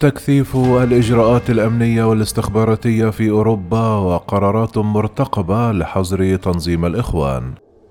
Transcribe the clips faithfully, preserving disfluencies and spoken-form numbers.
تكثيف الإجراءات الأمنية والاستخباراتية في أوروبا وقرارات مرتقبة لحظر تنظيم الإخوان.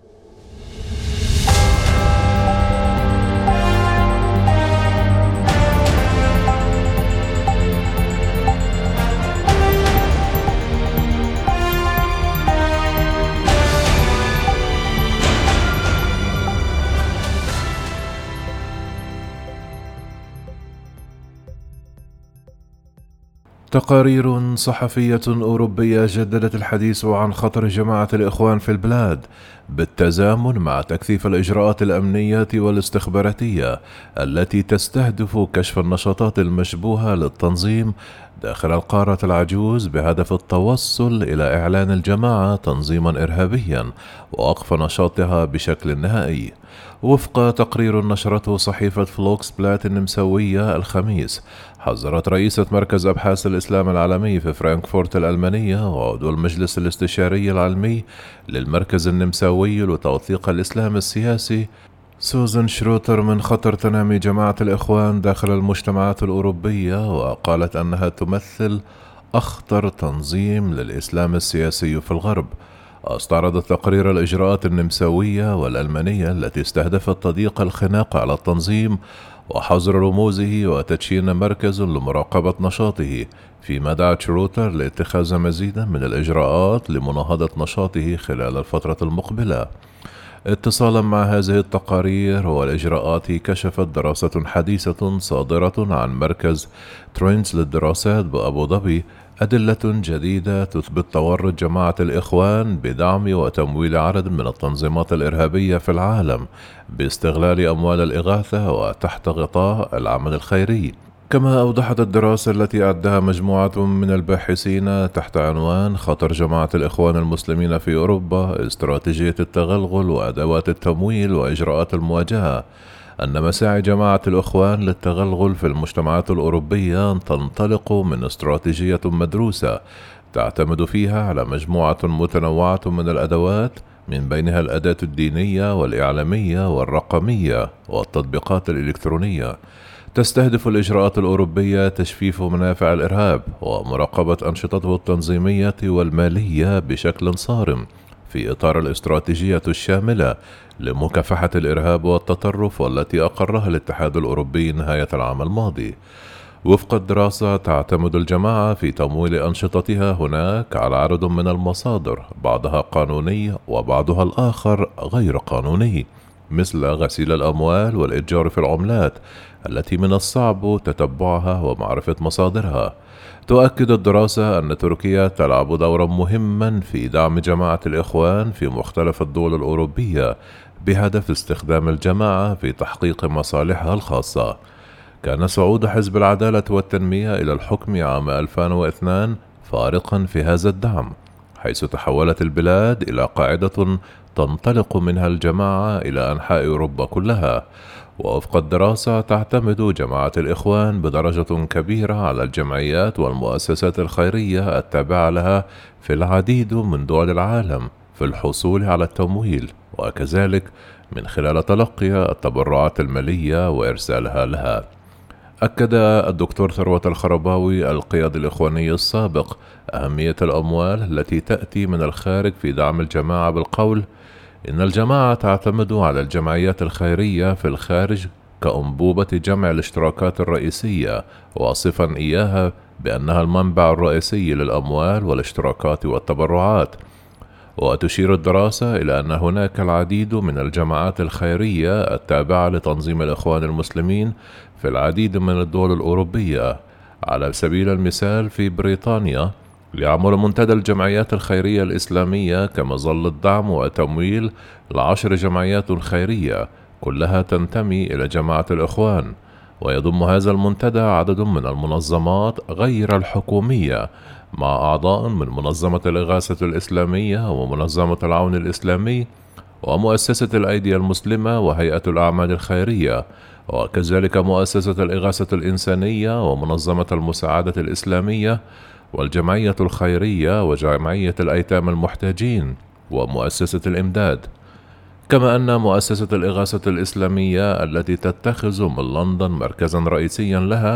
تقارير صحفية أوروبية جددت الحديث عن خطر جماعة الإخوان في البلاد بالتزامن مع تكثيف الإجراءات الأمنية والاستخباراتية التي تستهدف كشف النشاطات المشبوهة للتنظيم داخل القارة العجوز بهدف التوصل إلى إعلان الجماعة تنظيما إرهابيا ووقف نشاطها بشكل نهائي. وفق تقرير نشرته صحيفة فلوكس بلات النمساوية الخميس، حذرت رئيسة مركز أبحاث الإسلام العالمي في فرانكفورت الألمانية وعضو المجلس الاستشاري العلمي للمركز النمساوي لتوثيق الإسلام السياسي سوزان شروتر من خطر تنامي جماعة الإخوان داخل المجتمعات الأوروبية، وقالت أنها تمثل أخطر تنظيم للإسلام السياسي في الغرب. استعرض التقرير الإجراءات النمساوية والألمانية التي استهدفت تضييق الخناق على التنظيم وحظر رموزه وتدشين مركز لمراقبة نشاطه، فيما دعت شروتر لاتخاذ مزيدا من الإجراءات لمناهضة نشاطه خلال الفترة المقبلة. اتصالا مع هذه التقارير والإجراءات، كشفت دراسة حديثة صادرة عن مركز ترينز للدراسات بأبو ظبي أدلة جديدة تثبت تورط جماعة الإخوان بدعم وتمويل عدد من التنظيمات الإرهابية في العالم باستغلال أموال الإغاثة وتحت غطاء العمل الخيري. كما أوضحت الدراسة التي أعدها مجموعة من الباحثين تحت عنوان خطر جماعة الإخوان المسلمين في أوروبا، استراتيجية التغلغل وأدوات التمويل وإجراءات المواجهة، أن مساعي جماعة الإخوان للتغلغل في المجتمعات الأوروبية تنطلق من استراتيجية مدروسة تعتمد فيها على مجموعة متنوعة من الأدوات، من بينها الأداة الدينية والإعلامية والرقمية والتطبيقات الإلكترونية. تستهدف الإجراءات الأوروبية تجفيف منافع الإرهاب ومراقبة أنشطته التنظيمية والمالية بشكل صارم في إطار الاستراتيجية الشاملة لمكافحة الإرهاب والتطرف والتي أقرها الاتحاد الأوروبي نهاية العام الماضي. وفق الدراسة، تعتمد الجماعة في تمويل أنشطتها هناك على عدد من المصادر، بعضها قانوني وبعضها الآخر غير قانوني، مثل غسيل الأموال والإتجار في العملات التي من الصعب تتبعها ومعرفة مصادرها. تؤكد الدراسة أن تركيا تلعب دورا مهما في دعم جماعة الإخوان في مختلف الدول الأوروبية بهدف استخدام الجماعة في تحقيق مصالحها الخاصة. كان صعود حزب العدالة والتنمية إلى الحكم عام ألفين واثنين فارقا في هذا الدعم، حيث تحولت البلاد إلى قاعدة تنطلق منها الجماعة إلى أنحاء أوروبا كلها. ووفق الدراسة، تعتمد جماعة الإخوان بدرجة كبيرة على الجمعيات والمؤسسات الخيرية التابعة لها في العديد من دول العالم في الحصول على التمويل، وكذلك من خلال تلقي التبرعات المالية وإرسالها لها. أكد الدكتور ثروت الخرباوي القيادي الإخواني السابق أهمية الأموال التي تأتي من الخارج في دعم الجماعة بالقول إن الجماعة تعتمد على الجمعيات الخيرية في الخارج كأنبوبة جمع الاشتراكات الرئيسية، واصفا إياها بأنها المنبع الرئيسي للأموال والاشتراكات والتبرعات. وتشير الدراسة إلى أن هناك العديد من الجماعات الخيرية التابعة لتنظيم الإخوان المسلمين في العديد من الدول الأوروبية. على سبيل المثال، في بريطانيا يعمل منتدى الجمعيات الخيرية الإسلامية كمظلة دعم وتمويل لعشر جمعيات خيرية كلها تنتمي إلى جماعة الإخوان، ويضم هذا المنتدى عدد من المنظمات غير الحكومية مع أعضاء من منظمة الإغاثة الإسلامية ومنظمة العون الإسلامي ومؤسسة الأيدي المسلمة وهيئة الأعمال الخيرية، وكذلك مؤسسة الإغاثة الإنسانية ومنظمة المساعدة الإسلامية والجمعية الخيرية وجمعية الأيتام المحتاجين ومؤسسة الإمداد. كما أن مؤسسة الإغاثة الإسلامية التي تتخذ من لندن مركزا رئيسيا لها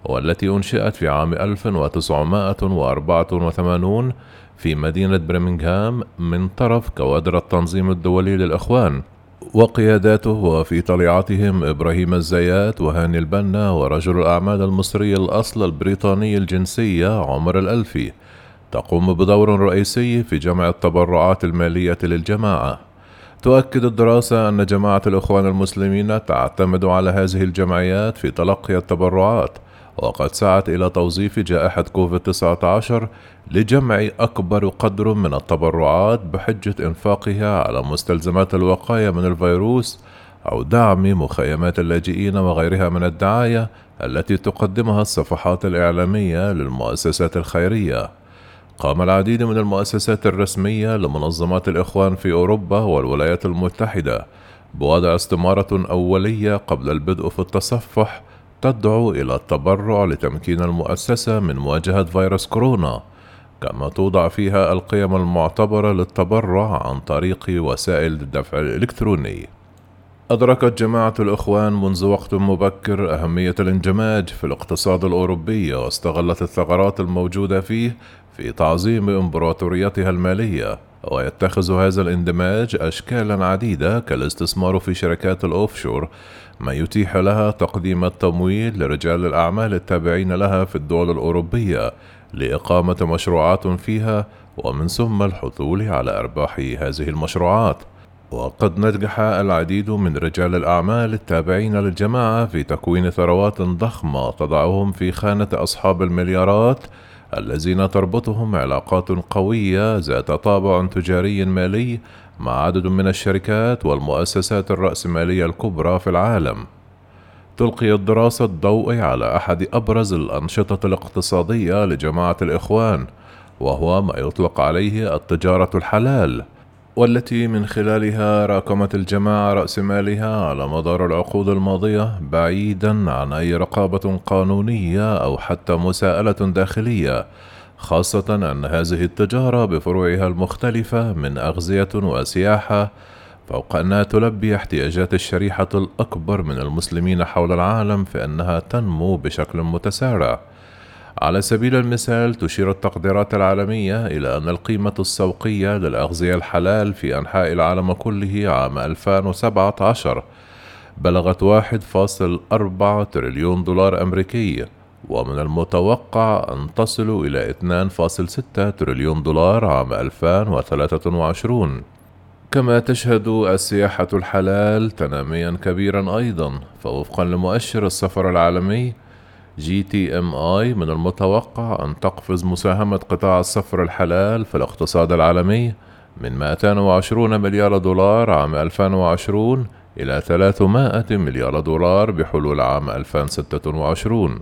والتي أنشئت في عام ألف وتسعمائة وأربعة وثمانين في مدينة برمنغهام من طرف كوادر التنظيم الدولي للإخوان، وقياداته وفي طليعتهم إبراهيم الزيات وهاني البنا ورجل الأعمال المصري الأصل البريطاني الجنسية عمر الألفي، تقوم بدور رئيسي في جمع التبرعات المالية للجماعة. تؤكد الدراسة أن جماعة الإخوان المسلمين تعتمد على هذه الجمعيات في تلقي التبرعات، وقد سعت إلى توظيف جائحة كوفيد تسعة عشر لجمع أكبر قدر من التبرعات بحجة إنفاقها على مستلزمات الوقاية من الفيروس أو دعم مخيمات اللاجئين وغيرها من الدعاية التي تقدمها الصفحات الإعلامية للمؤسسات الخيرية. قام العديد من المؤسسات الرسمية لمنظمات الإخوان في أوروبا والولايات المتحدة بوضع استمارة أولية قبل البدء في التصفح تدعو إلى التبرع لتمكين المؤسسة من مواجهة فيروس كورونا، كما توضع فيها القيم المعتبرة للتبرع عن طريق وسائل الدفع الإلكتروني. أدركت جماعة الإخوان منذ وقت مبكر أهمية الاندماج في الاقتصاد الأوروبي، واستغلت الثغرات الموجودة فيه في تعظيم إمبراطوريتها المالية، ويتخذ هذا الاندماج أشكالا عديدة كالاستثمار في شركات الأوفشور، ما يتيح لها تقديم التمويل لرجال الأعمال التابعين لها في الدول الأوروبية لإقامة مشروعات فيها، ومن ثم الحصول على أرباح هذه المشروعات. وقد نجح العديد من رجال الأعمال التابعين للجماعة في تكوين ثروات ضخمة تضعهم في خانة أصحاب المليارات الذين تربطهم علاقات قوية ذات طابع تجاري مالي مع عدد من الشركات والمؤسسات الرأسمالية الكبرى في العالم. تلقي الدراسة الضوء على أحد أبرز الأنشطة الاقتصادية لجماعة الإخوان، وهو ما يطلق عليه التجارة الحلال، والتي من خلالها راكمت الجماعة رأس مالها على مدار العقود الماضية بعيدا عن أي رقابة قانونية أو حتى مساءلة داخلية، خاصة أن هذه التجارة بفروعها المختلفة من أغذية وسياحة، فوق أنها تلبي احتياجات الشريحة الأكبر من المسلمين حول العالم، فإنها تنمو بشكل متسارع. على سبيل المثال، تشير التقديرات العالمية إلى أن القيمة السوقية للأغذية الحلال في أنحاء العالم كله عام ألفين وسبعة عشر بلغت واحد فاصل أربعة تريليون دولار أمريكي، ومن المتوقع أن تصل إلى اثنين فاصل ستة تريليون دولار عام ألفين وثلاثة وعشرين. كما تشهد السياحة الحلال تناميا كبيرا أيضا، فوفقا لمؤشر السفر العالمي جي تي إم آي من المتوقع أن تقفز مساهمة قطاع السفر الحلال في الاقتصاد العالمي من مئتين وعشرين مليار دولار عام ألفين وعشرين إلى ثلاثمائة مليار دولار بحلول عام ألفين وستة وعشرين.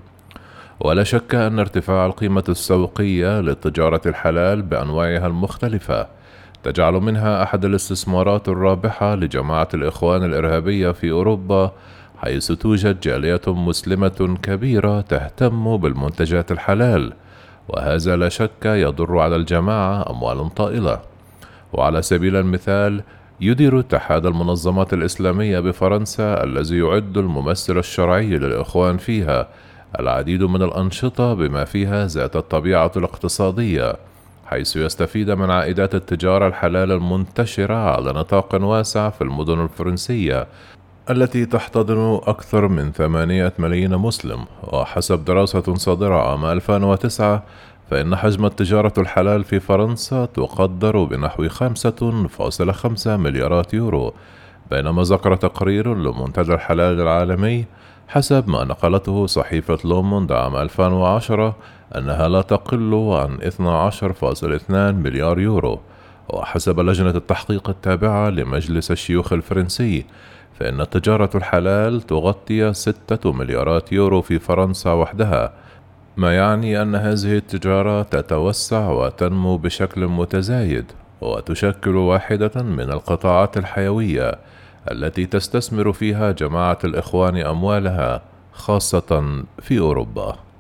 ولا شك أن ارتفاع القيمة السوقية للتجارة الحلال بأنواعها المختلفة تجعل منها أحد الاستثمارات الرابحة لجماعة الإخوان الإرهابية في أوروبا، حيث توجد جالية مسلمة كبيرة تهتم بالمنتجات الحلال، وهذا لا شك يضر على الجماعة أموال طائلة. وعلى سبيل المثال، يدير اتحاد المنظمات الإسلامية بفرنسا الذي يعد الممثل الشرعي للإخوان فيها العديد من الأنشطة بما فيها ذات الطبيعة الاقتصادية، حيث يستفيد من عائدات التجارة الحلال المنتشرة على نطاق واسع في المدن الفرنسية التي تحتضن أكثر من ثمانية ملايين مسلم. وحسب دراسة صادرة عام ألفين وتسعة، فإن حجم التجارة الحلال في فرنسا تقدر بنحو خمسة فاصلة خمسة مليارات يورو، بينما ذكر تقرير لمنتدى الحلال العالمي حسب ما نقلته صحيفة لوموند عام ألفين وعشرة أنها لا تقل عن اثني عشر فاصلة اثنين مليار يورو. وحسب لجنة التحقيق التابعة لمجلس الشيوخ الفرنسي، فإن التجارة الحلال تغطي ستة مليارات يورو في فرنسا وحدها، ما يعني أن هذه التجارة تتوسع وتنمو بشكل متزايد، وتشكل واحدة من القطاعات الحيوية التي تستثمر فيها جماعة الإخوان أموالها، خاصة في أوروبا.